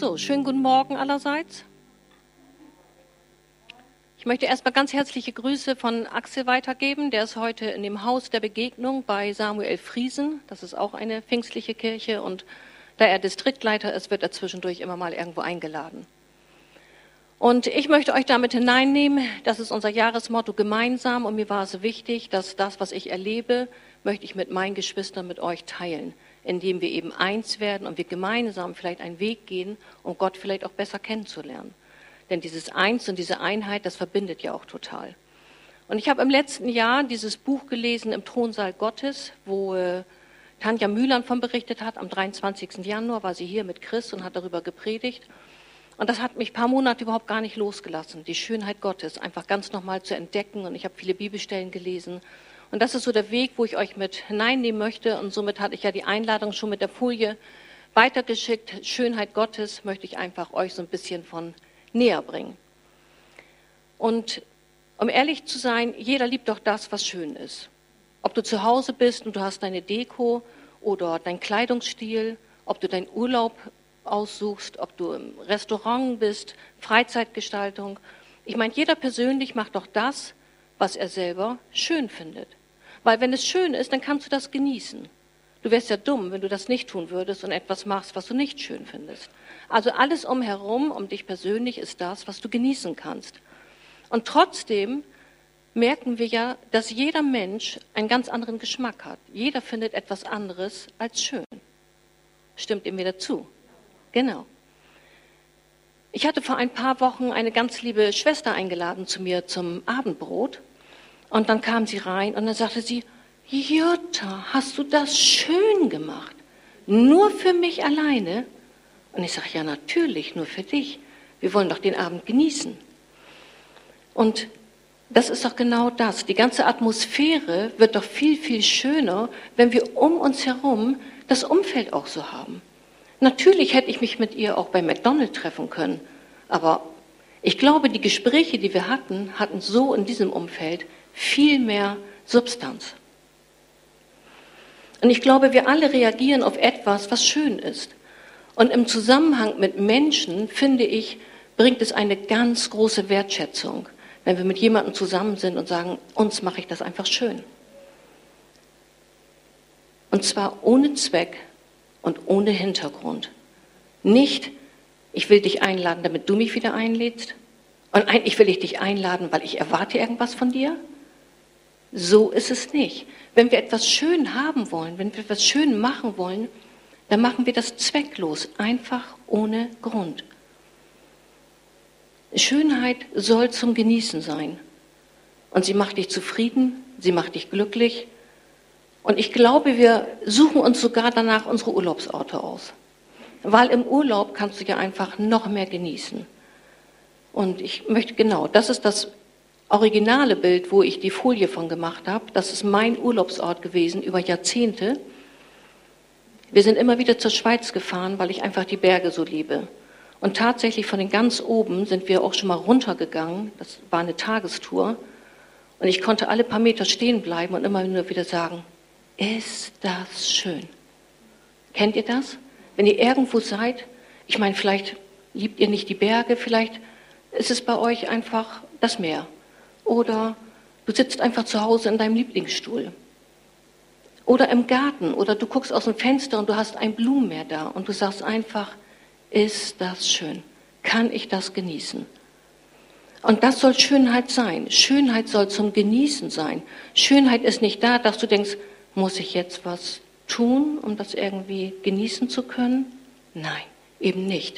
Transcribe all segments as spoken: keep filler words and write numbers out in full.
So, schönen guten Morgen allerseits. Ich möchte erstmal ganz herzliche Grüße von Axel weitergeben. Der ist heute in dem Haus der Begegnung bei Samuel Friesen. Das ist auch eine pfingstliche Kirche und da er Distriktleiter ist, wird er zwischendurch immer mal irgendwo eingeladen. Und ich möchte euch damit hineinnehmen, das ist unser Jahresmotto gemeinsam und mir war es wichtig, dass das, was ich erlebe, möchte ich mit meinen Geschwistern, mit euch teilen, indem wir eben eins werden und wir gemeinsam vielleicht einen Weg gehen, um Gott vielleicht auch besser kennenzulernen. Denn dieses Eins und diese Einheit, das verbindet ja auch total. Und ich habe im letzten Jahr dieses Buch gelesen im Thronsaal Gottes, wo äh, Tanja Mühlern von berichtet hat. Am dreiundzwanzigsten Januar war sie hier mit Chris und hat darüber gepredigt. Und das hat mich ein paar Monate überhaupt gar nicht losgelassen, die Schönheit Gottes einfach ganz nochmal zu entdecken. Und ich habe viele Bibelstellen gelesen. Und das ist so der Weg, wo ich euch mit hineinnehmen möchte. Und somit hatte ich ja die Einladung schon mit der Folie weitergeschickt. Schönheit Gottes möchte ich einfach euch so ein bisschen von näher bringen. Und um ehrlich zu sein, jeder liebt doch das, was schön ist. Ob du zu Hause bist und du hast deine Deko oder dein Kleidungsstil, ob du deinen Urlaub aussuchst, ob du im Restaurant bist, Freizeitgestaltung. Ich meine, jeder persönlich macht doch das, was er selber schön findet. Weil wenn es schön ist, dann kannst du das genießen. Du wärst ja dumm, wenn du das nicht tun würdest und etwas machst, was du nicht schön findest. Also alles umherum, um dich persönlich, ist das, was du genießen kannst. Und trotzdem merken wir ja, dass jeder Mensch einen ganz anderen Geschmack hat. Jeder findet etwas anderes als schön. Stimmt ihr mir dazu? Genau. Ich hatte vor ein paar Wochen eine ganz liebe Schwester eingeladen zu mir zum Abendbrot. Und dann kam sie rein und dann sagte sie, Jutta, hast du das schön gemacht? Nur für mich alleine? Und ich sage, ja natürlich, nur für dich. Wir wollen doch den Abend genießen. Und das ist doch genau das. Die ganze Atmosphäre wird doch viel, viel schöner, wenn wir um uns herum das Umfeld auch so haben. Natürlich hätte ich mich mit ihr auch bei McDonald's treffen können, aber ich glaube, die Gespräche, die wir hatten, hatten so in diesem Umfeld viel mehr Substanz. Und ich glaube, wir alle reagieren auf etwas, was schön ist. Und im Zusammenhang mit Menschen, finde ich, bringt es eine ganz große Wertschätzung, wenn wir mit jemandem zusammen sind und sagen, uns mache ich das einfach schön. Und zwar ohne Zweck und ohne Hintergrund. Nicht, ich will dich einladen, damit du mich wieder einlädst. Und eigentlich will ich dich einladen, weil ich erwarte irgendwas von dir. So ist es nicht. Wenn wir etwas schön haben wollen, wenn wir etwas schön machen wollen, dann machen wir das zwecklos, einfach ohne Grund. Schönheit soll zum Genießen sein. Und sie macht dich zufrieden, sie macht dich glücklich. Und ich glaube, wir suchen uns sogar danach unsere Urlaubsorte aus. Weil im Urlaub kannst du ja einfach noch mehr genießen. Und ich möchte genau, das ist das originale Bild, wo ich die Folie von gemacht habe. Das ist mein Urlaubsort gewesen über Jahrzehnte. Wir sind immer wieder zur Schweiz gefahren, weil ich einfach die Berge so liebe. Und tatsächlich von den ganz oben sind wir auch schon mal runtergegangen. Das war eine Tagestour. Und ich konnte alle paar Meter stehen bleiben und immer nur wieder sagen, ist das schön. Kennt ihr das? Wenn ihr irgendwo seid, ich meine, vielleicht liebt ihr nicht die Berge, vielleicht ist es bei euch einfach das Meer. Oder du sitzt einfach zu Hause in deinem Lieblingsstuhl. Oder im Garten. Oder du guckst aus dem Fenster und du hast ein Blumenmeer da. Und du sagst einfach, ist das schön? Kann ich das genießen? Und das soll Schönheit sein. Schönheit soll zum Genießen sein. Schönheit ist nicht da, dass du denkst, muss ich jetzt was tun, um das irgendwie genießen zu können? Nein, eben nicht.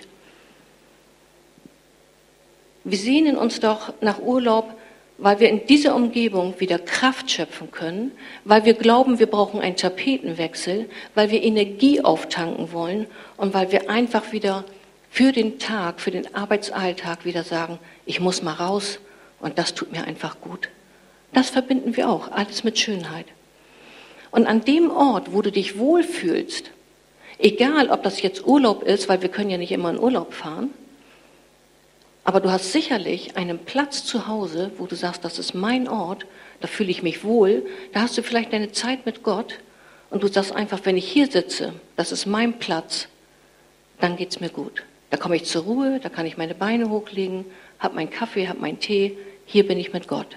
Wir sehnen uns doch nach Urlaub, weil wir in dieser Umgebung wieder Kraft schöpfen können, weil wir glauben, wir brauchen einen Tapetenwechsel, weil wir Energie auftanken wollen und weil wir einfach wieder für den Tag, für den Arbeitsalltag wieder sagen, ich muss mal raus und das tut mir einfach gut. Das verbinden wir auch, alles mit Schönheit. Und an dem Ort, wo du dich wohlfühlst, egal ob das jetzt Urlaub ist, weil wir können ja nicht immer in Urlaub fahren, aber du hast sicherlich einen Platz zu Hause, wo du sagst, das ist mein Ort, da fühle ich mich wohl, da hast du vielleicht deine Zeit mit Gott und du sagst einfach, wenn ich hier sitze, das ist mein Platz, dann geht's mir gut. Da komme ich zur Ruhe, da kann ich meine Beine hochlegen, habe meinen Kaffee, habe meinen Tee. Hier bin ich mit Gott.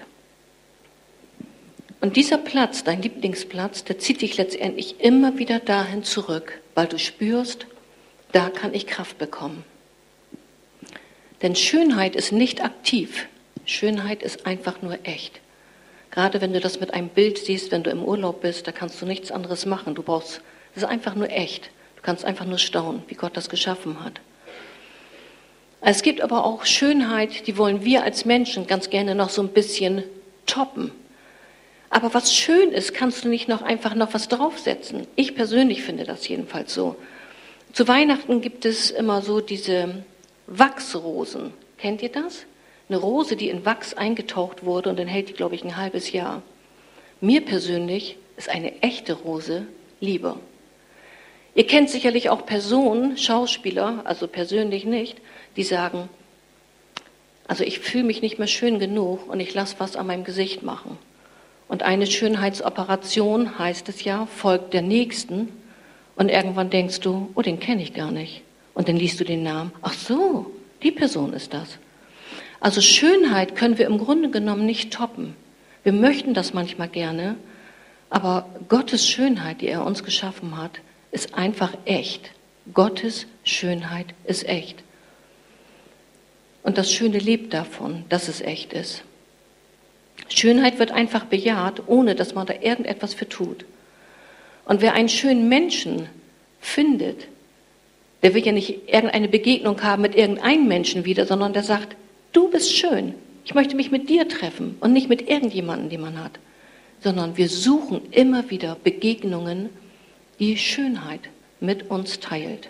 Und dieser Platz, dein Lieblingsplatz, der zieht dich letztendlich immer wieder dahin zurück, weil du spürst, da kann ich Kraft bekommen. Denn Schönheit ist nicht aktiv. Schönheit ist einfach nur echt. Gerade wenn du das mit einem Bild siehst, wenn du im Urlaub bist, da kannst du nichts anderes machen. Du brauchst, das ist einfach nur echt. Du kannst einfach nur staunen, wie Gott das geschaffen hat. Es gibt aber auch Schönheit, die wollen wir als Menschen ganz gerne noch so ein bisschen toppen. Aber was schön ist, kannst du nicht noch einfach noch was draufsetzen. Ich persönlich finde das jedenfalls so. Zu Weihnachten gibt es immer so diese Wachsrosen. Kennt ihr das? Eine Rose, die in Wachs eingetaucht wurde und dann hält die, glaube ich, ein halbes Jahr. Mir persönlich ist eine echte Rose lieber. Ihr kennt sicherlich auch Personen, Schauspieler, also persönlich nicht, die sagen, also ich fühle mich nicht mehr schön genug und ich lasse was an meinem Gesicht machen. Und eine Schönheitsoperation, heißt es ja, folgt der nächsten und irgendwann denkst du, oh, den kenne ich gar nicht. Und dann liest du den Namen, ach so, die Person ist das. Also Schönheit können wir im Grunde genommen nicht toppen. Wir möchten das manchmal gerne, aber Gottes Schönheit, die er uns geschaffen hat, ist einfach echt. Gottes Schönheit ist echt. Und das Schöne lebt davon, dass es echt ist. Schönheit wird einfach bejaht, ohne dass man da irgendetwas für tut. Und wer einen schönen Menschen findet, der will ja nicht irgendeine Begegnung haben mit irgendeinem Menschen wieder, sondern der sagt, du bist schön, ich möchte mich mit dir treffen und nicht mit irgendjemandem, den man hat, sondern wir suchen immer wieder Begegnungen, die Schönheit mit uns teilt.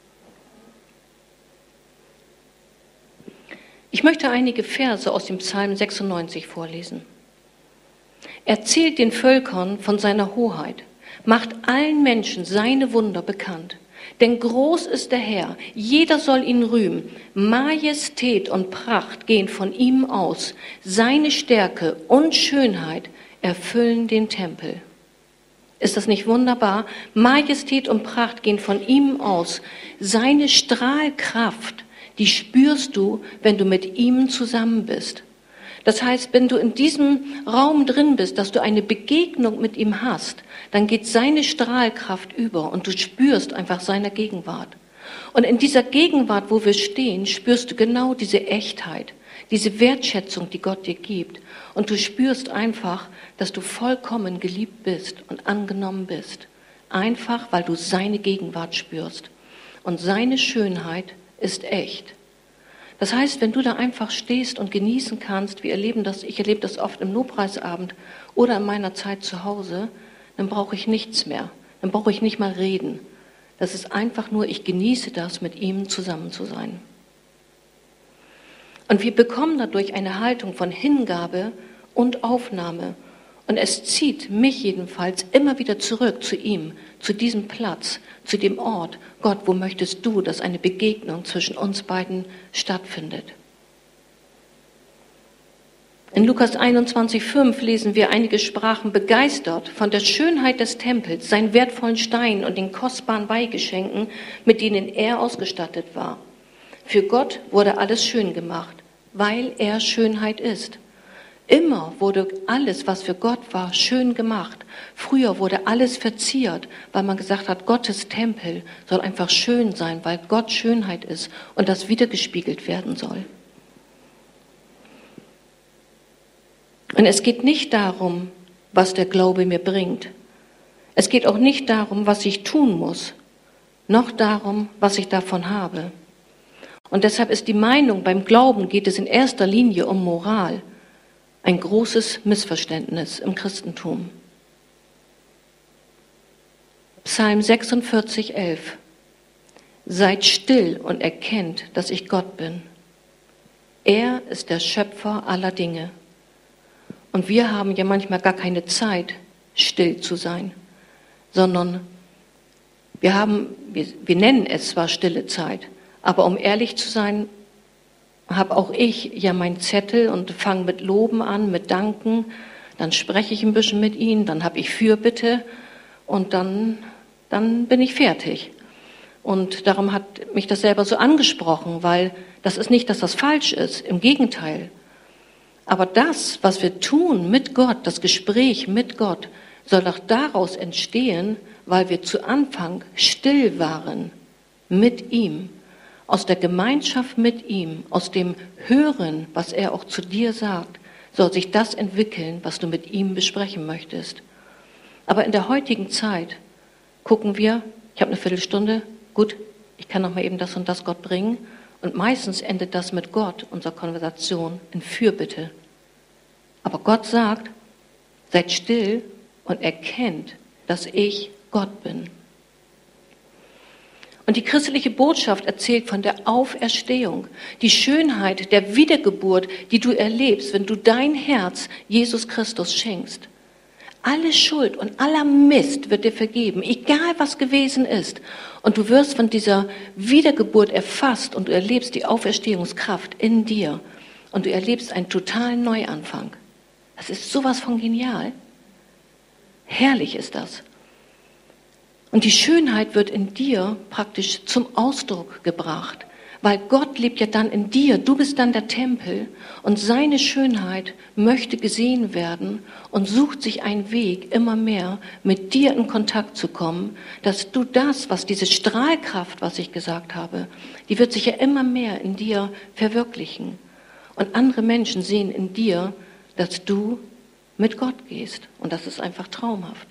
Ich möchte einige Verse aus dem Psalm sechsundneunzig vorlesen. Erzählt den Völkern von seiner Hoheit, macht allen Menschen seine Wunder bekannt. Denn groß ist der Herr, jeder soll ihn rühmen. Majestät und Pracht gehen von ihm aus. Seine Stärke und Schönheit erfüllen den Tempel. Ist das nicht wunderbar? Majestät und Pracht gehen von ihm aus. Seine Strahlkraft, die spürst du, wenn du mit ihm zusammen bist. Das heißt, wenn du in diesem Raum drin bist, dass du eine Begegnung mit ihm hast, dann geht seine Strahlkraft über und du spürst einfach seine Gegenwart. Und in dieser Gegenwart, wo wir stehen, spürst du genau diese Echtheit, diese Wertschätzung, die Gott dir gibt. Und du spürst einfach, dass du vollkommen geliebt bist und angenommen bist. Einfach, weil du seine Gegenwart spürst. Und seine Schönheit ist echt. Das heißt, wenn du da einfach stehst und genießen kannst, wir erleben das, ich erlebe das oft im Lobpreisabend oder in meiner Zeit zu Hause, dann brauche ich nichts mehr. Dann brauche ich nicht mal reden. Das ist einfach nur, ich genieße das, mit ihm zusammen zu sein. Und wir bekommen dadurch eine Haltung von Hingabe und Aufnahme. Und es zieht mich jedenfalls immer wieder zurück zu ihm, zu diesem Platz, zu dem Ort. Gott, wo möchtest du, dass eine Begegnung zwischen uns beiden stattfindet? In Lukas einundzwanzig fünf lesen wir, einige sprachen begeistert von der Schönheit des Tempels, seinen wertvollen Steinen und den kostbaren Weihgeschenken, mit denen er ausgestattet war. Für Gott wurde alles schön gemacht, weil er Schönheit ist. Immer wurde alles, was für Gott war, schön gemacht. Früher wurde alles verziert, weil man gesagt hat, Gottes Tempel soll einfach schön sein, weil Gott Schönheit ist und das wiedergespiegelt werden soll. Und es geht nicht darum, was der Glaube mir bringt. Es geht auch nicht darum, was ich tun muss, noch darum, was ich davon habe. Und deshalb ist die Meinung, beim Glauben geht es in erster Linie um Moral. Ein großes Missverständnis im Christentum. Psalm sechsundvierzig, elf. Seid still und erkennt, dass ich Gott bin. Er ist der Schöpfer aller Dinge. Und wir haben ja manchmal gar keine Zeit, still zu sein, sondern wir haben, wir, wir nennen es zwar stille Zeit, aber um ehrlich zu sein, habe auch ich ja meinen Zettel und fange mit Loben an, mit Danken, dann spreche ich ein bisschen mit ihnen, dann habe ich Fürbitte und dann, dann bin ich fertig. Und darum hat mich das selber so angesprochen, weil das ist nicht, dass das falsch ist, im Gegenteil. Aber das, was wir tun mit Gott, das Gespräch mit Gott, soll doch daraus entstehen, weil wir zu Anfang still waren mit ihm, aus der Gemeinschaft mit ihm, aus dem Hören, was er auch zu dir sagt, soll sich das entwickeln, was du mit ihm besprechen möchtest. Aber in der heutigen Zeit gucken wir, ich habe eine Viertelstunde, gut, ich kann noch mal eben das und das Gott bringen. Und meistens endet das mit Gott, unsere Konversation, in Fürbitte. Aber Gott sagt, seid still und erkennt, dass ich Gott bin. Und die christliche Botschaft erzählt von der Auferstehung, die Schönheit der Wiedergeburt, die du erlebst, wenn du dein Herz Jesus Christus schenkst. Alle Schuld und aller Mist wird dir vergeben, egal was gewesen ist. Und du wirst von dieser Wiedergeburt erfasst und du erlebst die Auferstehungskraft in dir. Und du erlebst einen totalen Neuanfang. Das ist sowas von genial. Herrlich ist das. Und die Schönheit wird in dir praktisch zum Ausdruck gebracht. Weil Gott lebt ja dann in dir, du bist dann der Tempel und seine Schönheit möchte gesehen werden und sucht sich einen Weg, immer mehr mit dir in Kontakt zu kommen, dass du das, was diese Strahlkraft, was ich gesagt habe, die wird sich ja immer mehr in dir verwirklichen. Und andere Menschen sehen in dir, dass du mit Gott gehst und das ist einfach traumhaft.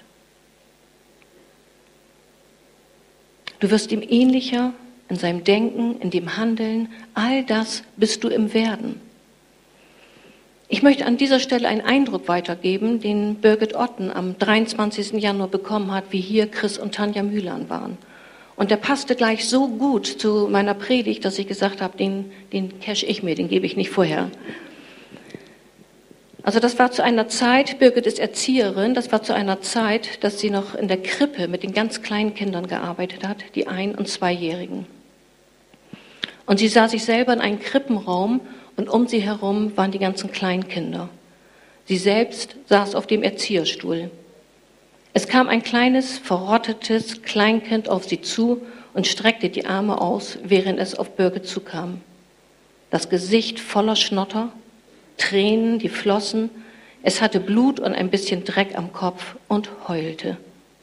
Du wirst ihm ähnlicher, in seinem Denken, in dem Handeln, all das bist du im Werden. Ich möchte an dieser Stelle einen Eindruck weitergeben, den Birgit Otten am dreiundzwanzigsten Januar bekommen hat, wie hier Chris und Tanja Mühlern waren. Und der passte gleich so gut zu meiner Predigt, dass ich gesagt habe, den, den cache ich mir, den gebe ich nicht vorher. Also das war zu einer Zeit, Birgit ist Erzieherin, das war zu einer Zeit, dass sie noch in der Krippe mit den ganz kleinen Kindern gearbeitet hat, die Ein- und Zweijährigen. Und sie sah sich selber in einem Krippenraum und um sie herum waren die ganzen Kleinkinder. Sie selbst saß auf dem Erzieherstuhl. Es kam ein kleines, verrottetes Kleinkind auf sie zu und streckte die Arme aus, während es auf Birgit zukam. Das Gesicht voller Schnotter, Tränen, die flossen, es hatte Blut und ein bisschen Dreck am Kopf und heulte.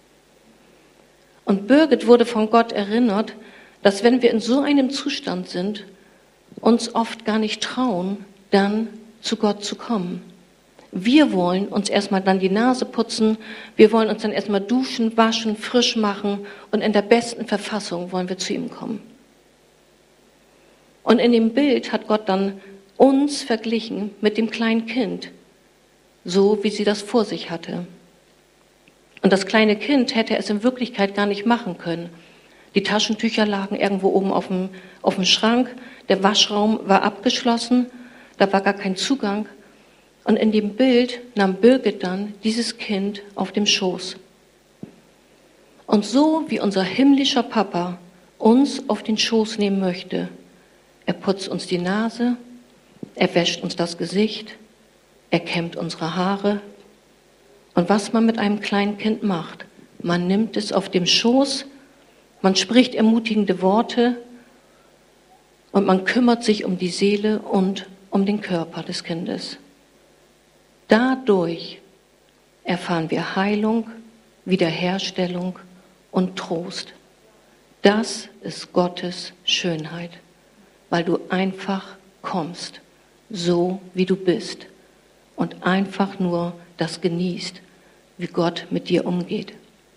Und Birgit wurde von Gott erinnert, dass wenn wir in so einem Zustand sind, uns oft gar nicht trauen, dann zu Gott zu kommen. Wir wollen uns erstmal dann die Nase putzen, wir wollen uns dann erstmal duschen, waschen, frisch machen und in der besten Verfassung wollen wir zu ihm kommen. Und in dem Bild hat Gott dann uns verglichen mit dem kleinen Kind, so wie sie das vor sich hatte. Und das kleine Kind hätte es in Wirklichkeit gar nicht machen können. Die Taschentücher lagen irgendwo oben auf dem, auf dem Schrank, der Waschraum war abgeschlossen, da war gar kein Zugang. Und in dem Bild nahm Birgit dann dieses Kind auf dem Schoß. Und so wie unser himmlischer Papa uns auf den Schoß nehmen möchte, er putzt uns die Nase, er wäscht uns das Gesicht, er kämmt unsere Haare. Und was man mit einem kleinen Kind macht, man nimmt es auf dem Schoß, man spricht ermutigende Worte und man kümmert sich um die Seele und um den Körper des Kindes. Dadurch erfahren wir Heilung, Wiederherstellung und Trost. Das ist Gottes Schönheit, weil du einfach kommst, so wie du bist und einfach nur das genießt, wie Gott mit dir umgeht.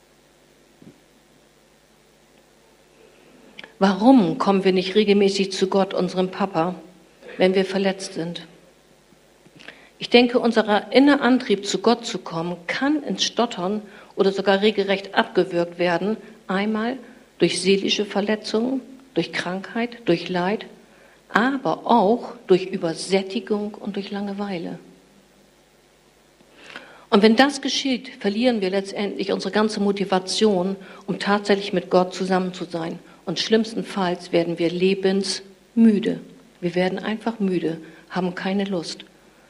Warum kommen wir nicht regelmäßig zu Gott, unserem Papa, wenn wir verletzt sind? Ich denke, unser innerer Antrieb, zu Gott zu kommen, kann ins Stottern oder sogar regelrecht abgewürgt werden. Einmal durch seelische Verletzungen, durch Krankheit, durch Leid, aber auch durch Übersättigung und durch Langeweile. Und wenn das geschieht, verlieren wir letztendlich unsere ganze Motivation, um tatsächlich mit Gott zusammen zu sein. Und schlimmstenfalls werden wir lebensmüde. Wir werden einfach müde, haben keine Lust.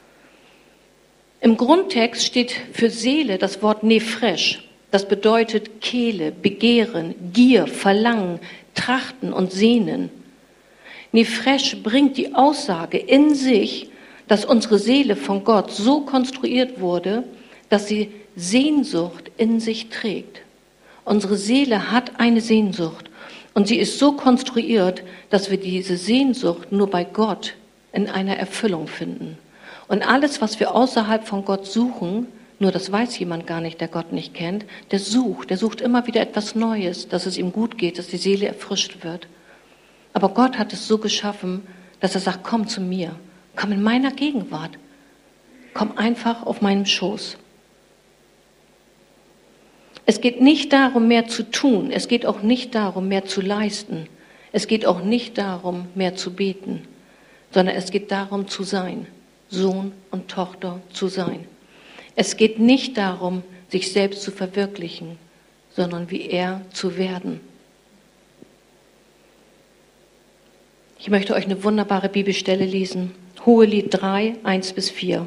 Im Grundtext steht für Seele das Wort Nefresh. Das bedeutet Kehle, Begehren, Gier, Verlangen, trachten und sehnen. Nefesh bringt die Aussage in sich, dass unsere Seele von Gott so konstruiert wurde, dass sie Sehnsucht in sich trägt. Unsere Seele hat eine Sehnsucht und sie ist so konstruiert, dass wir diese Sehnsucht nur bei Gott in einer Erfüllung finden. Und alles, was wir außerhalb von Gott suchen, nur das weiß jemand gar nicht, der Gott nicht kennt, der sucht, der sucht immer wieder etwas Neues, dass es ihm gut geht, dass die Seele erfrischt wird. Aber Gott hat es so geschaffen, dass er sagt, komm zu mir, komm in meiner Gegenwart, komm einfach auf meinem Schoß. Es geht nicht darum, mehr zu tun, es geht auch nicht darum, mehr zu leisten, es geht auch nicht darum, mehr zu beten, sondern es geht darum, zu sein, Sohn und Tochter zu sein. Es geht nicht darum, sich selbst zu verwirklichen, sondern wie er zu werden. Ich möchte euch eine wunderbare Bibelstelle lesen. Hohelied drei, eins bis vier.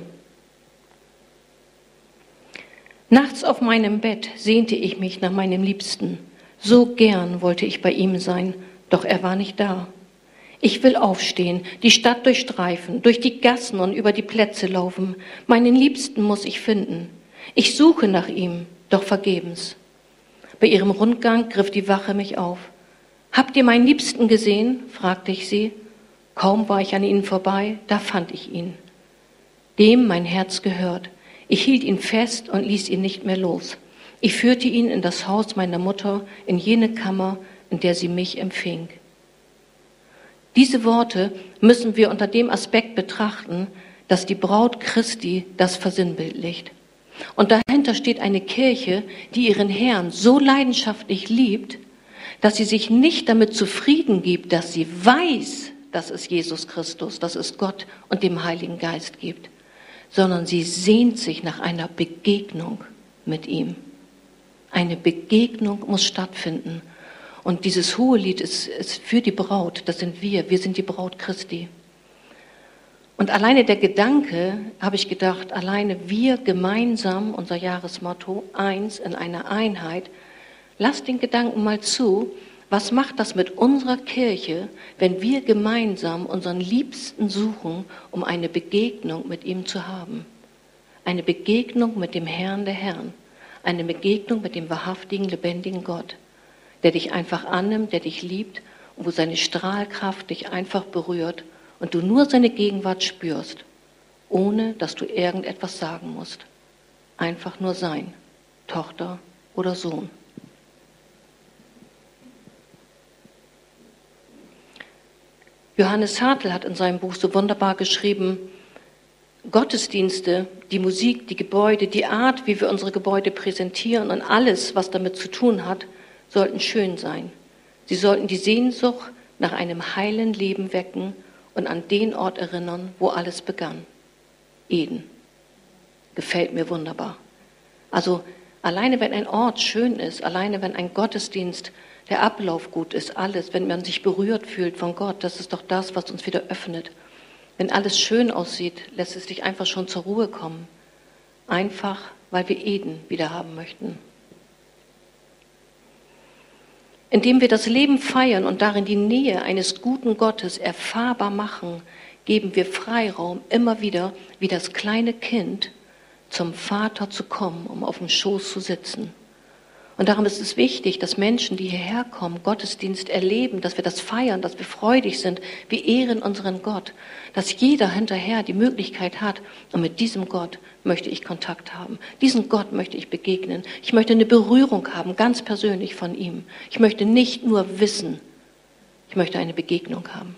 Nachts auf meinem Bett sehnte ich mich nach meinem Liebsten. So gern wollte ich bei ihm sein, doch er war nicht da. Ich will aufstehen, die Stadt durchstreifen, durch die Gassen und über die Plätze laufen. Meinen Liebsten muss ich finden. Ich suche nach ihm, doch vergebens. Bei ihrem Rundgang griff die Wache mich auf. Habt ihr meinen Liebsten gesehen? Fragte ich sie. Kaum war ich an ihnen vorbei, da fand ich ihn. Dem mein Herz gehört. Ich hielt ihn fest und ließ ihn nicht mehr los. Ich führte ihn in das Haus meiner Mutter, in jene Kammer, in der sie mich empfing. Diese Worte müssen wir unter dem Aspekt betrachten, dass die Braut Christi das versinnbildlicht. Und dahinter steht eine Kirche, die ihren Herrn so leidenschaftlich liebt, dass sie sich nicht damit zufrieden gibt, dass sie weiß, dass es Jesus Christus, dass es Gott und dem Heiligen Geist gibt, sondern sie sehnt sich nach einer Begegnung mit ihm. Eine Begegnung muss stattfinden. Und dieses Hohelied ist, ist für die Braut, das sind wir, wir sind die Braut Christi. Und alleine der Gedanke, habe ich gedacht, alleine wir gemeinsam, unser Jahresmotto, eins in einer Einheit, lasst den Gedanken mal zu, was macht das mit unserer Kirche, wenn wir gemeinsam unseren Liebsten suchen, um eine Begegnung mit ihm zu haben? Eine Begegnung mit dem Herrn der Herren, eine Begegnung mit dem wahrhaftigen, lebendigen Gott, der dich einfach annimmt, der dich liebt und wo seine Strahlkraft dich einfach berührt und du nur seine Gegenwart spürst, ohne dass du irgendetwas sagen musst. Einfach nur sein, Tochter oder Sohn. Johannes Hartl hat in seinem Buch so wunderbar geschrieben, Gottesdienste, die Musik, die Gebäude, die Art, wie wir unsere Gebäude präsentieren und alles, was damit zu tun hat, sollten schön sein. Sie sollten die Sehnsucht nach einem heilen Leben wecken und an den Ort erinnern, wo alles begann. Eden. Gefällt mir wunderbar. Also alleine wenn ein Ort schön ist, alleine wenn ein Gottesdienst, der Ablauf gut ist, alles, wenn man sich berührt fühlt von Gott, das ist doch das, was uns wieder öffnet. Wenn alles schön aussieht, lässt es dich einfach schon zur Ruhe kommen. Einfach, weil wir Eden wieder haben möchten. Indem wir das Leben feiern und darin die Nähe eines guten Gottes erfahrbar machen, geben wir Freiraum, immer wieder wie das kleine Kind zum Vater zu kommen, um auf dem Schoß zu sitzen. Und darum ist es wichtig, dass Menschen, die hierher kommen, Gottesdienst erleben, dass wir das feiern, dass wir freudig sind, wir ehren unseren Gott, dass jeder hinterher die Möglichkeit hat, und mit diesem Gott möchte ich Kontakt haben. Diesem Gott möchte ich begegnen. Ich möchte eine Berührung haben, ganz persönlich von ihm. Ich möchte nicht nur wissen, ich möchte eine Begegnung haben.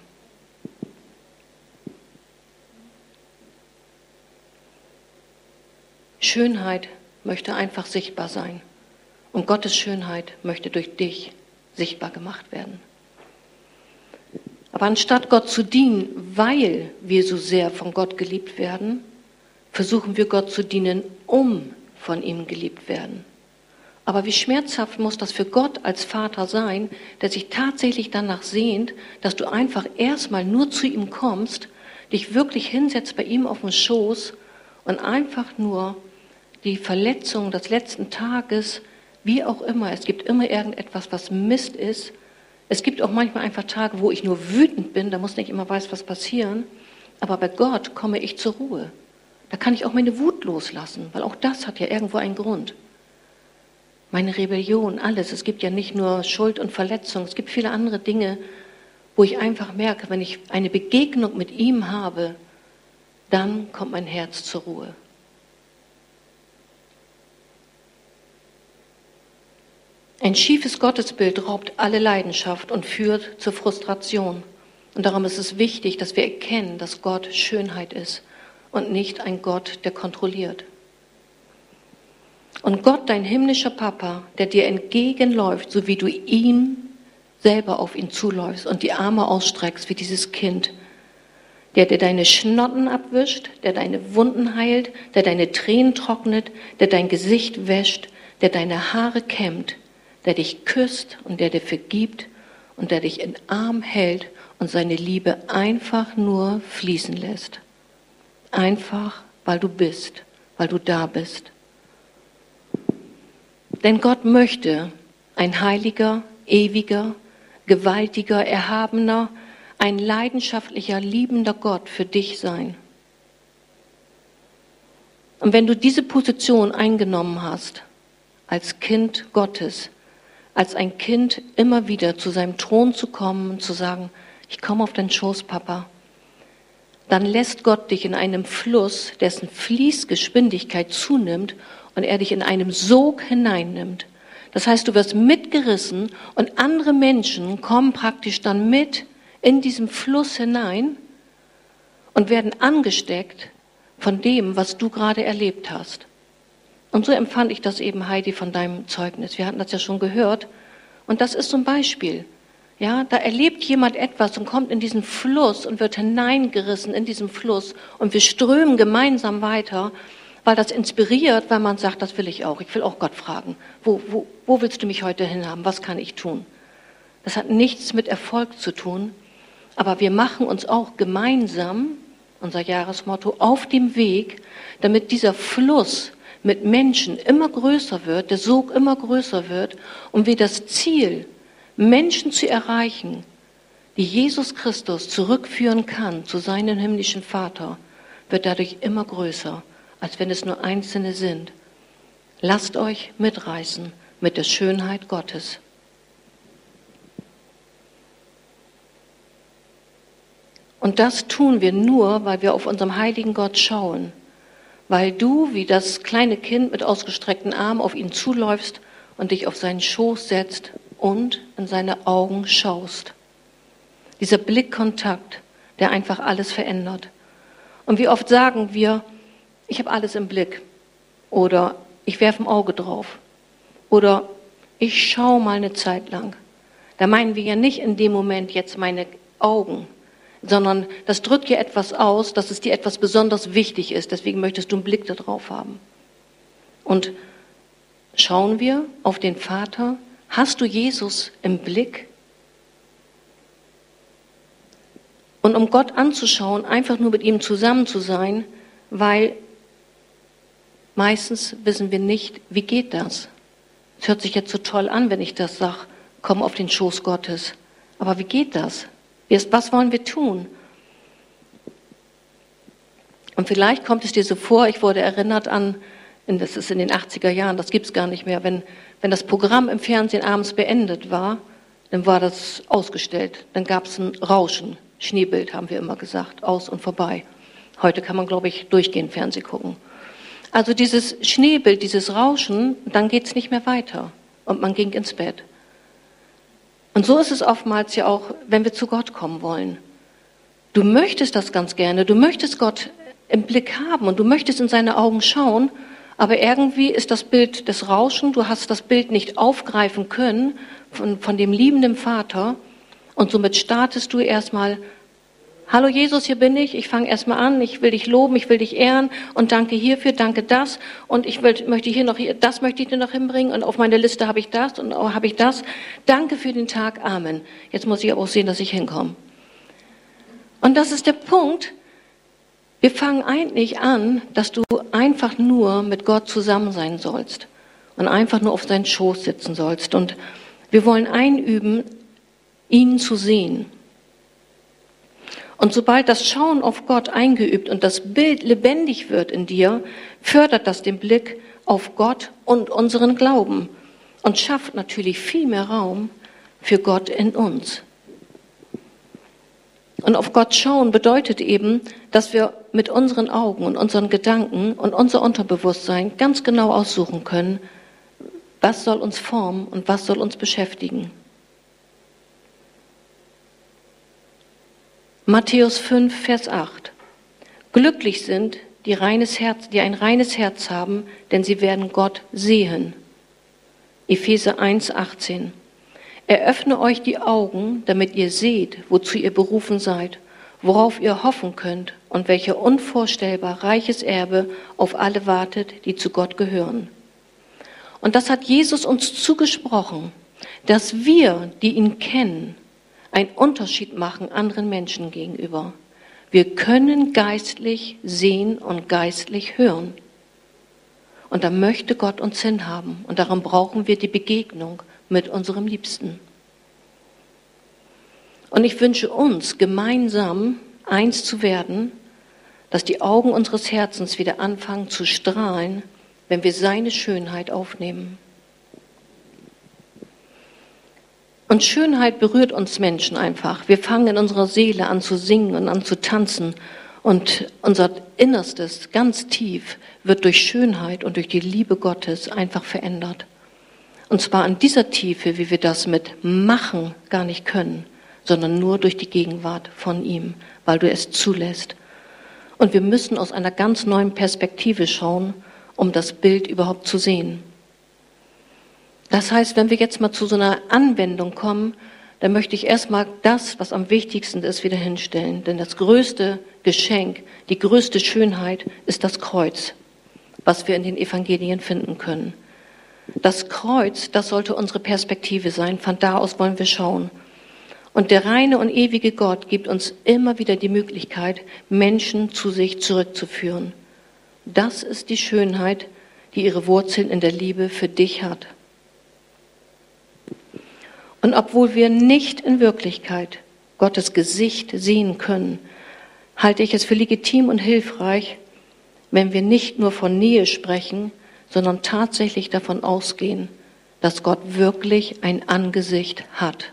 Schönheit möchte einfach sichtbar sein. Und Gottes Schönheit möchte durch dich sichtbar gemacht werden. Aber anstatt Gott zu dienen, weil wir so sehr von Gott geliebt werden, versuchen wir Gott zu dienen, um von ihm geliebt werden. Aber wie schmerzhaft muss das für Gott als Vater sein, der sich tatsächlich danach sehnt, dass du einfach erstmal nur zu ihm kommst, dich wirklich hinsetzt bei ihm auf den Schoß und einfach nur die Verletzung des letzten Tages, wie auch immer, es gibt immer irgendetwas, was Mist ist, Es gibt auch manchmal einfach Tage, wo ich nur wütend bin, da muss nicht immer weiß, was passieren. Aber bei Gott komme ich zur Ruhe. Da kann ich auch meine Wut loslassen, weil auch das hat ja irgendwo einen Grund. Meine Rebellion, alles. Es gibt ja nicht nur Schuld und Verletzung, es gibt viele andere Dinge, wo ich einfach merke, wenn ich eine Begegnung mit ihm habe, dann kommt mein Herz zur Ruhe. Ein schiefes Gottesbild raubt alle Leidenschaft und führt zur Frustration. Und darum ist es wichtig, dass wir erkennen, dass Gott Schönheit ist und nicht ein Gott, der kontrolliert. Und Gott, dein himmlischer Papa, der dir entgegenläuft, so wie du ihm selber auf ihn zuläufst und die Arme ausstreckst wie dieses Kind, der dir deine Schnotten abwischt, der deine Wunden heilt, der deine Tränen trocknet, der dein Gesicht wäscht, der deine Haare kämmt, der dich küsst und der dir vergibt und der dich in Arm hält und seine Liebe einfach nur fließen lässt. Einfach, weil du bist, weil du da bist. Denn Gott möchte ein heiliger, ewiger, gewaltiger, erhabener, ein leidenschaftlicher, liebender Gott für dich sein. Und wenn du diese Position eingenommen hast, als Kind Gottes, als ein Kind immer wieder zu seinem Thron zu kommen und zu sagen, ich komme auf deinen Schoß, Papa, dann lässt Gott dich in einem Fluss, dessen Fließgeschwindigkeit zunimmt und er dich in einem Sog hineinnimmt. Das heißt, du wirst mitgerissen und andere Menschen kommen praktisch dann mit in diesem Fluss hinein und werden angesteckt von dem, was du gerade erlebt hast. Und so empfand ich das eben, Heidi, von deinem Zeugnis. Wir hatten das ja schon gehört. Und das ist so ein Beispiel. Ja, da erlebt jemand etwas und kommt in diesen Fluss und wird hineingerissen in diesen Fluss. Und wir strömen gemeinsam weiter, weil das inspiriert, weil man sagt, das will ich auch. Ich will auch Gott fragen. Wo, wo, wo willst du mich heute hinhaben? Was kann ich tun? Das hat nichts mit Erfolg zu tun. Aber wir machen uns auch gemeinsam, unser Jahresmotto, auf dem Weg, damit dieser Fluss mit Menschen immer größer wird, der Sog immer größer wird und wir das Ziel, Menschen zu erreichen, die Jesus Christus zurückführen kann zu seinem himmlischen Vater, wird dadurch immer größer, als wenn es nur Einzelne sind. Lasst euch mitreißen mit der Schönheit Gottes. Und das tun wir nur, weil wir auf unserem heiligen Gott schauen. Weil du wie das kleine Kind mit ausgestreckten Armen auf ihn zuläufst und dich auf seinen Schoß setzt und in seine Augen schaust. Dieser Blickkontakt, der einfach alles verändert. Und wie oft sagen wir, ich habe alles im Blick oder ich werfe ein Auge drauf oder ich schaue mal eine Zeit lang. Da meinen wir ja nicht in dem Moment jetzt meine Augen, sondern das drückt dir etwas aus, dass es dir etwas besonders wichtig ist. Deswegen möchtest du einen Blick darauf haben. Und schauen wir auf den Vater. Hast du Jesus im Blick? Und um Gott anzuschauen, einfach nur mit ihm zusammen zu sein, weil meistens wissen wir nicht, wie geht das? Es hört sich jetzt so toll an, wenn ich das sage, komm auf den Schoß Gottes. Aber wie geht das? Was wollen wir tun? Und vielleicht kommt es dir so vor, ich wurde erinnert an, das ist in den achtziger Jahren, das gibt es gar nicht mehr, wenn, wenn das Programm im Fernsehen abends beendet war, dann war das ausgestellt. Dann gab es ein Rauschen, Schneebild haben wir immer gesagt, aus und vorbei. Heute kann man, glaube ich, durchgehend Fernsehen gucken. Also dieses Schneebild, dieses Rauschen, dann geht es nicht mehr weiter und man ging ins Bett. Und so ist es oftmals ja auch, wenn wir zu Gott kommen wollen. Du möchtest das ganz gerne, du möchtest Gott im Blick haben und du möchtest in seine Augen schauen, aber irgendwie ist das Bild des Rauschen, du hast das Bild nicht aufgreifen können von, von dem liebenden Vater und somit startest du erstmal, hallo Jesus, hier bin ich, ich fange erstmal an, ich will dich loben, ich will dich ehren und danke hierfür, danke das und ich will, möchte hier noch, das möchte ich dir noch hinbringen und auf meiner Liste habe ich das und habe ich das. Danke für den Tag, Amen. Jetzt muss ich aber auch sehen, dass ich hinkomme. Und das ist der Punkt, wir fangen eigentlich an, dass du einfach nur mit Gott zusammen sein sollst und einfach nur auf seinen Schoß sitzen sollst und wir wollen einüben, ihn zu sehen. Und sobald das Schauen auf Gott eingeübt und das Bild lebendig wird in dir, fördert das den Blick auf Gott und unseren Glauben und schafft natürlich viel mehr Raum für Gott in uns. Und auf Gott schauen bedeutet eben, dass wir mit unseren Augen und unseren Gedanken und unser Unterbewusstsein ganz genau aussuchen können, was soll uns formen und was soll uns beschäftigen. Matthäus fünf, Vers acht. Glücklich sind, die, reines Herz, die ein reines Herz haben, denn sie werden Gott sehen. Epheser eins, achtzehn. Eröffne euch die Augen, damit ihr seht, wozu ihr berufen seid, worauf ihr hoffen könnt und welcher unvorstellbar reiches Erbe auf alle wartet, die zu Gott gehören. Und das hat Jesus uns zugesprochen, dass wir, die ihn kennen, einen Unterschied machen anderen Menschen gegenüber. Wir können geistlich sehen und geistlich hören. Und da möchte Gott uns hinhaben. Und darum brauchen wir die Begegnung mit unserem Liebsten. Und ich wünsche uns, gemeinsam eins zu werden, dass die Augen unseres Herzens wieder anfangen zu strahlen, wenn wir seine Schönheit aufnehmen. Und Schönheit berührt uns Menschen einfach. Wir fangen in unserer Seele an zu singen und an zu tanzen. Und unser Innerstes, ganz tief, wird durch Schönheit und durch die Liebe Gottes einfach verändert. Und zwar in dieser Tiefe, wie wir das mit Machen gar nicht können, sondern nur durch die Gegenwart von ihm, weil du es zulässt. Und wir müssen aus einer ganz neuen Perspektive schauen, um das Bild überhaupt zu sehen. Das heißt, wenn wir jetzt mal zu so einer Anwendung kommen, dann möchte ich erstmal das, was am wichtigsten ist, wieder hinstellen. Denn das größte Geschenk, die größte Schönheit ist das Kreuz, was wir in den Evangelien finden können. Das Kreuz, das sollte unsere Perspektive sein. Von da aus wollen wir schauen. Und der reine und ewige Gott gibt uns immer wieder die Möglichkeit, Menschen zu sich zurückzuführen. Das ist die Schönheit, die ihre Wurzeln in der Liebe für dich hat. Und obwohl wir nicht in Wirklichkeit Gottes Gesicht sehen können, halte ich es für legitim und hilfreich, wenn wir nicht nur von Nähe sprechen, sondern tatsächlich davon ausgehen, dass Gott wirklich ein Angesicht hat.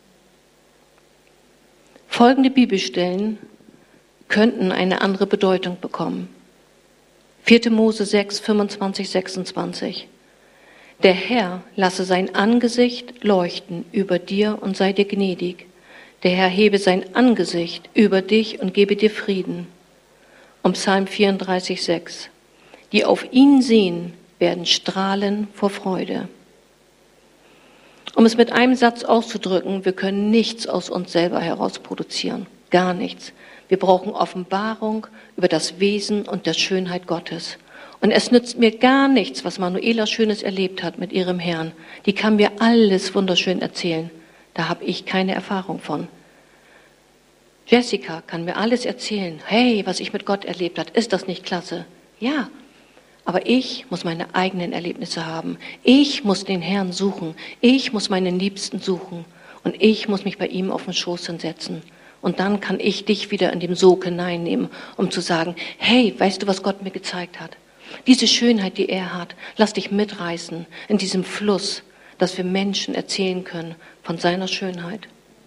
Folgende Bibelstellen könnten eine andere Bedeutung bekommen. vierte Mose sechs, fünfundzwanzig, sechsundzwanzig. Der Herr lasse sein Angesicht leuchten über dir und sei dir gnädig. Der Herr hebe sein Angesicht über dich und gebe dir Frieden. Und Psalm vierunddreißig, sechs. Die auf ihn sehen, werden strahlen vor Freude. Um es mit einem Satz auszudrücken, wir können nichts aus uns selber heraus produzieren. Gar nichts. Wir brauchen Offenbarung über das Wesen und der Schönheit Gottes. Und es nützt mir gar nichts, was Manuela Schönes erlebt hat mit ihrem Herrn. Die kann mir alles wunderschön erzählen. Da habe ich keine Erfahrung von. Jessica kann mir alles erzählen. Hey, was ich mit Gott erlebt habe, ist das nicht klasse? Ja, aber ich muss meine eigenen Erlebnisse haben. Ich muss den Herrn suchen. Ich muss meinen Liebsten suchen. Und ich muss mich bei ihm auf den Schoß hinsetzen. Und dann kann ich dich wieder in dem Sog hineinnehmen, um zu sagen, hey, weißt du, was Gott mir gezeigt hat? Diese Schönheit, die er hat, lass dich mitreißen in diesem Fluss, dass wir Menschen erzählen können von seiner Schönheit.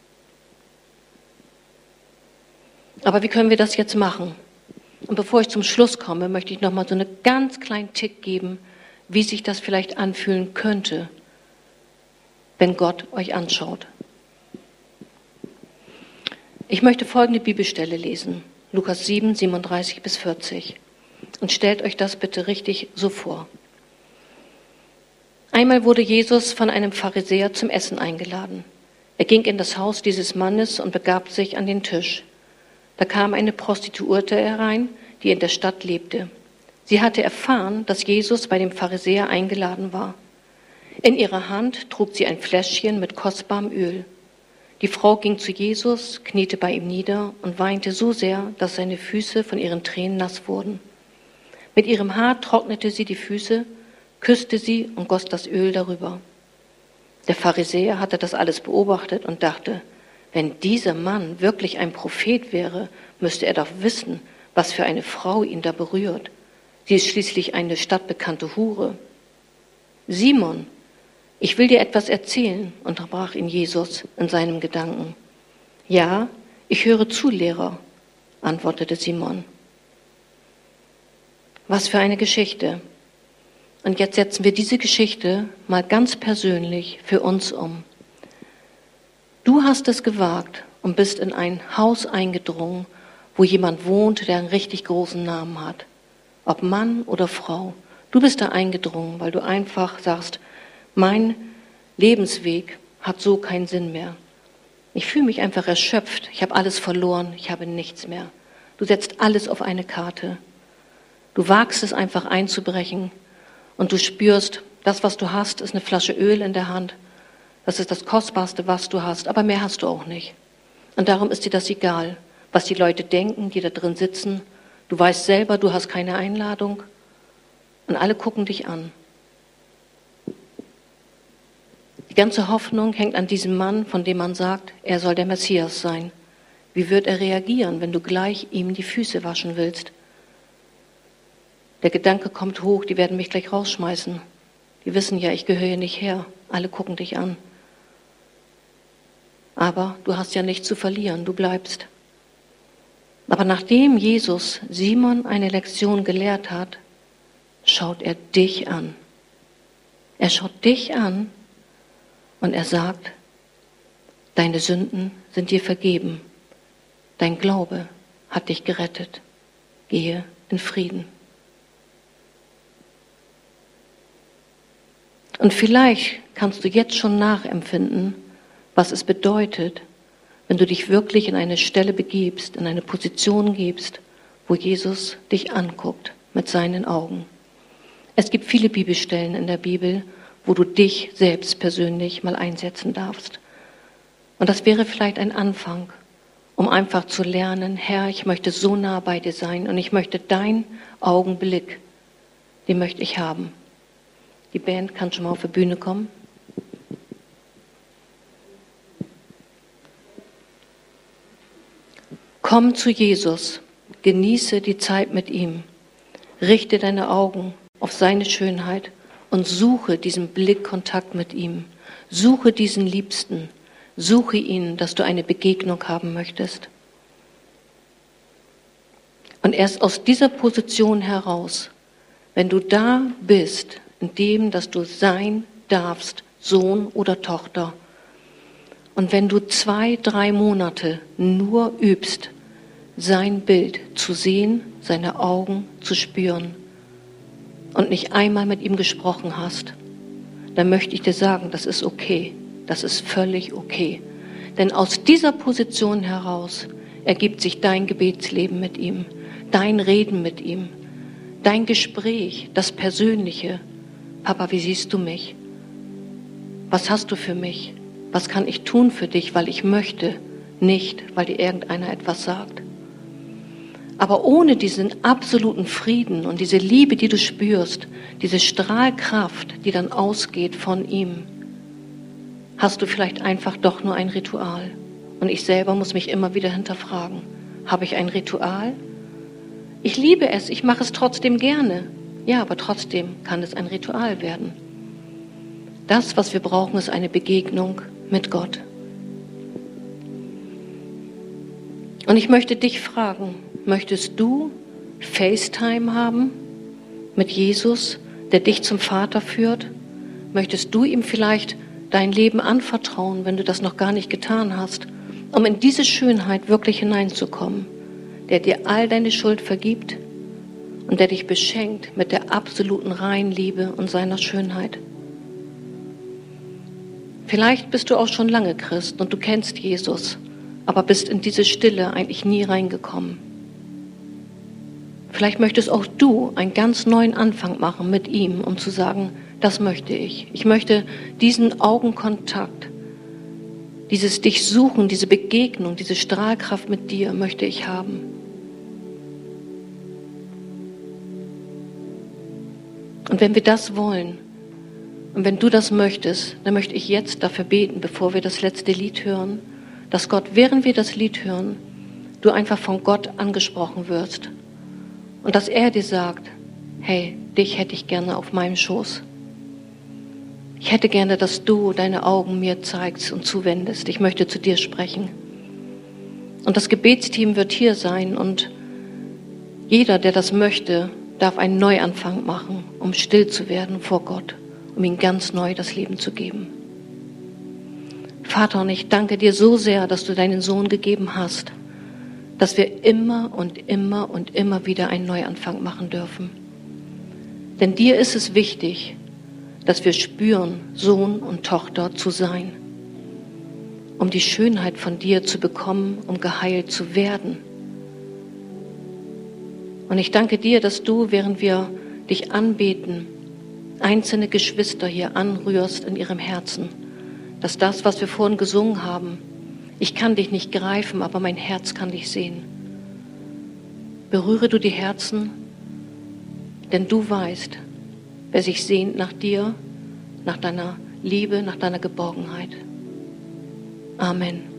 Aber wie können wir das jetzt machen? Und bevor ich zum Schluss komme, möchte ich noch mal so einen ganz kleinen Tick geben, wie sich das vielleicht anfühlen könnte, wenn Gott euch anschaut. Ich möchte folgende Bibelstelle lesen, Lukas sieben, siebenunddreißig bis vierzig. Und stellt euch das bitte richtig so vor. Einmal wurde Jesus von einem Pharisäer zum Essen eingeladen. Er ging in das Haus dieses Mannes und begab sich an den Tisch. Da kam eine Prostituierte herein, die in der Stadt lebte. Sie hatte erfahren, dass Jesus bei dem Pharisäer eingeladen war. In ihrer Hand trug sie ein Fläschchen mit kostbarem Öl. Die Frau ging zu Jesus, kniete bei ihm nieder und weinte so sehr, dass seine Füße von ihren Tränen nass wurden. Mit ihrem Haar trocknete sie die Füße, küsste sie und goss das Öl darüber. Der Pharisäer hatte das alles beobachtet und dachte, wenn dieser Mann wirklich ein Prophet wäre, müsste er doch wissen, was für eine Frau ihn da berührt. Sie ist schließlich eine stadtbekannte Hure. Simon, ich will dir etwas erzählen, unterbrach ihn Jesus in seinem Gedanken. Ja, ich höre zu, Lehrer, antwortete Simon. Was für eine Geschichte. Und jetzt setzen wir diese Geschichte mal ganz persönlich für uns um. Du hast es gewagt und bist in ein Haus eingedrungen, wo jemand wohnt, der einen richtig großen Namen hat. Ob Mann oder Frau. Du bist da eingedrungen, weil du einfach sagst, mein Lebensweg hat so keinen Sinn mehr. Ich fühle mich einfach erschöpft. Ich habe alles verloren. Ich habe nichts mehr. Du setzt alles auf eine Karte. Du wagst es einfach einzubrechen und du spürst, das, was du hast, ist eine Flasche Öl in der Hand. Das ist das Kostbarste, was du hast, aber mehr hast du auch nicht. Und darum ist dir das egal, was die Leute denken, die da drin sitzen. Du weißt selber, du hast keine Einladung und alle gucken dich an. Die ganze Hoffnung hängt an diesem Mann, von dem man sagt, er soll der Messias sein. Wie wird er reagieren, wenn du gleich ihm die Füße waschen willst? Der Gedanke kommt hoch, die werden mich gleich rausschmeißen. Die wissen ja, ich gehöre hier nicht her. Alle gucken dich an. Aber du hast ja nichts zu verlieren, du bleibst. Aber nachdem Jesus Simon eine Lektion gelehrt hat, schaut er dich an. Er schaut dich an und er sagt, deine Sünden sind dir vergeben. Dein Glaube hat dich gerettet. Gehe in Frieden. Und vielleicht kannst du jetzt schon nachempfinden, was es bedeutet, wenn du dich wirklich in eine Stelle begibst, in eine Position gibst, wo Jesus dich anguckt mit seinen Augen. Es gibt viele Bibelstellen in der Bibel, wo du dich selbst persönlich mal einsetzen darfst. Und das wäre vielleicht ein Anfang, um einfach zu lernen, Herr, ich möchte so nah bei dir sein und ich möchte deinen Augenblick, den möchte ich haben. Die Band kann schon mal auf die Bühne kommen. Komm zu Jesus, genieße die Zeit mit ihm, richte deine Augen auf seine Schönheit und suche diesen Blickkontakt mit ihm. Suche diesen Liebsten, suche ihn, dass du eine Begegnung haben möchtest. Und erst aus dieser Position heraus, wenn du da bist, in dem, dass du sein darfst, Sohn oder Tochter. Und wenn du zwei, drei Monate nur übst, sein Bild zu sehen, seine Augen zu spüren und nicht einmal mit ihm gesprochen hast, dann möchte ich dir sagen, das ist okay, das ist völlig okay. Denn aus dieser Position heraus ergibt sich dein Gebetsleben mit ihm, dein Reden mit ihm, dein Gespräch, das Persönliche. Papa, wie siehst du mich? Was hast du für mich? Was kann ich tun für dich, weil ich möchte, nicht, weil dir irgendeiner etwas sagt. Aber ohne diesen absoluten Frieden und diese Liebe, die du spürst, diese Strahlkraft, die dann ausgeht von ihm, hast du vielleicht einfach doch nur ein Ritual. Und ich selber muss mich immer wieder hinterfragen, habe ich ein Ritual? Ich liebe es, ich mache es trotzdem gerne. Ja, aber trotzdem kann es ein Ritual werden. Das, was wir brauchen, ist eine Begegnung mit Gott. Und ich möchte dich fragen, möchtest du FaceTime haben mit Jesus, der dich zum Vater führt? Möchtest du ihm vielleicht dein Leben anvertrauen, wenn du das noch gar nicht getan hast, um in diese Schönheit wirklich hineinzukommen, der dir all deine Schuld vergibt und der dich beschenkt mit der absoluten reinen Liebe und seiner Schönheit? Vielleicht bist du auch schon lange Christ und du kennst Jesus, aber bist in diese Stille eigentlich nie reingekommen. Vielleicht möchtest auch du einen ganz neuen Anfang machen mit ihm, um zu sagen, das möchte ich. Ich möchte diesen Augenkontakt, dieses dich suchen, diese Begegnung, diese Strahlkraft mit dir möchte ich haben. Und wenn wir das wollen, und wenn du das möchtest, dann möchte ich jetzt dafür beten, bevor wir das letzte Lied hören, dass Gott, während wir das Lied hören, du einfach von Gott angesprochen wirst und dass er dir sagt, hey, dich hätte ich gerne auf meinem Schoß. Ich hätte gerne, dass du deine Augen mir zeigst und zuwendest. Ich möchte zu dir sprechen. Und das Gebetsteam wird hier sein und jeder, der das möchte, darf einen Neuanfang machen, um still zu werden vor Gott, um ihm ganz neu das Leben zu geben. Vater, und ich danke dir so sehr, dass du deinen Sohn gegeben hast, dass wir immer und immer und immer wieder einen Neuanfang machen dürfen. Denn dir ist es wichtig, dass wir spüren, Sohn und Tochter zu sein, um die Schönheit von dir zu bekommen, um geheilt zu werden. Und ich danke dir, dass du, während wir dich anbeten, einzelne Geschwister hier anrührst in ihrem Herzen, dass das, was wir vorhin gesungen haben, ich kann dich nicht greifen, aber mein Herz kann dich sehen. Berühre du die Herzen, denn du weißt, wer sich sehnt nach dir, nach deiner Liebe, nach deiner Geborgenheit. Amen.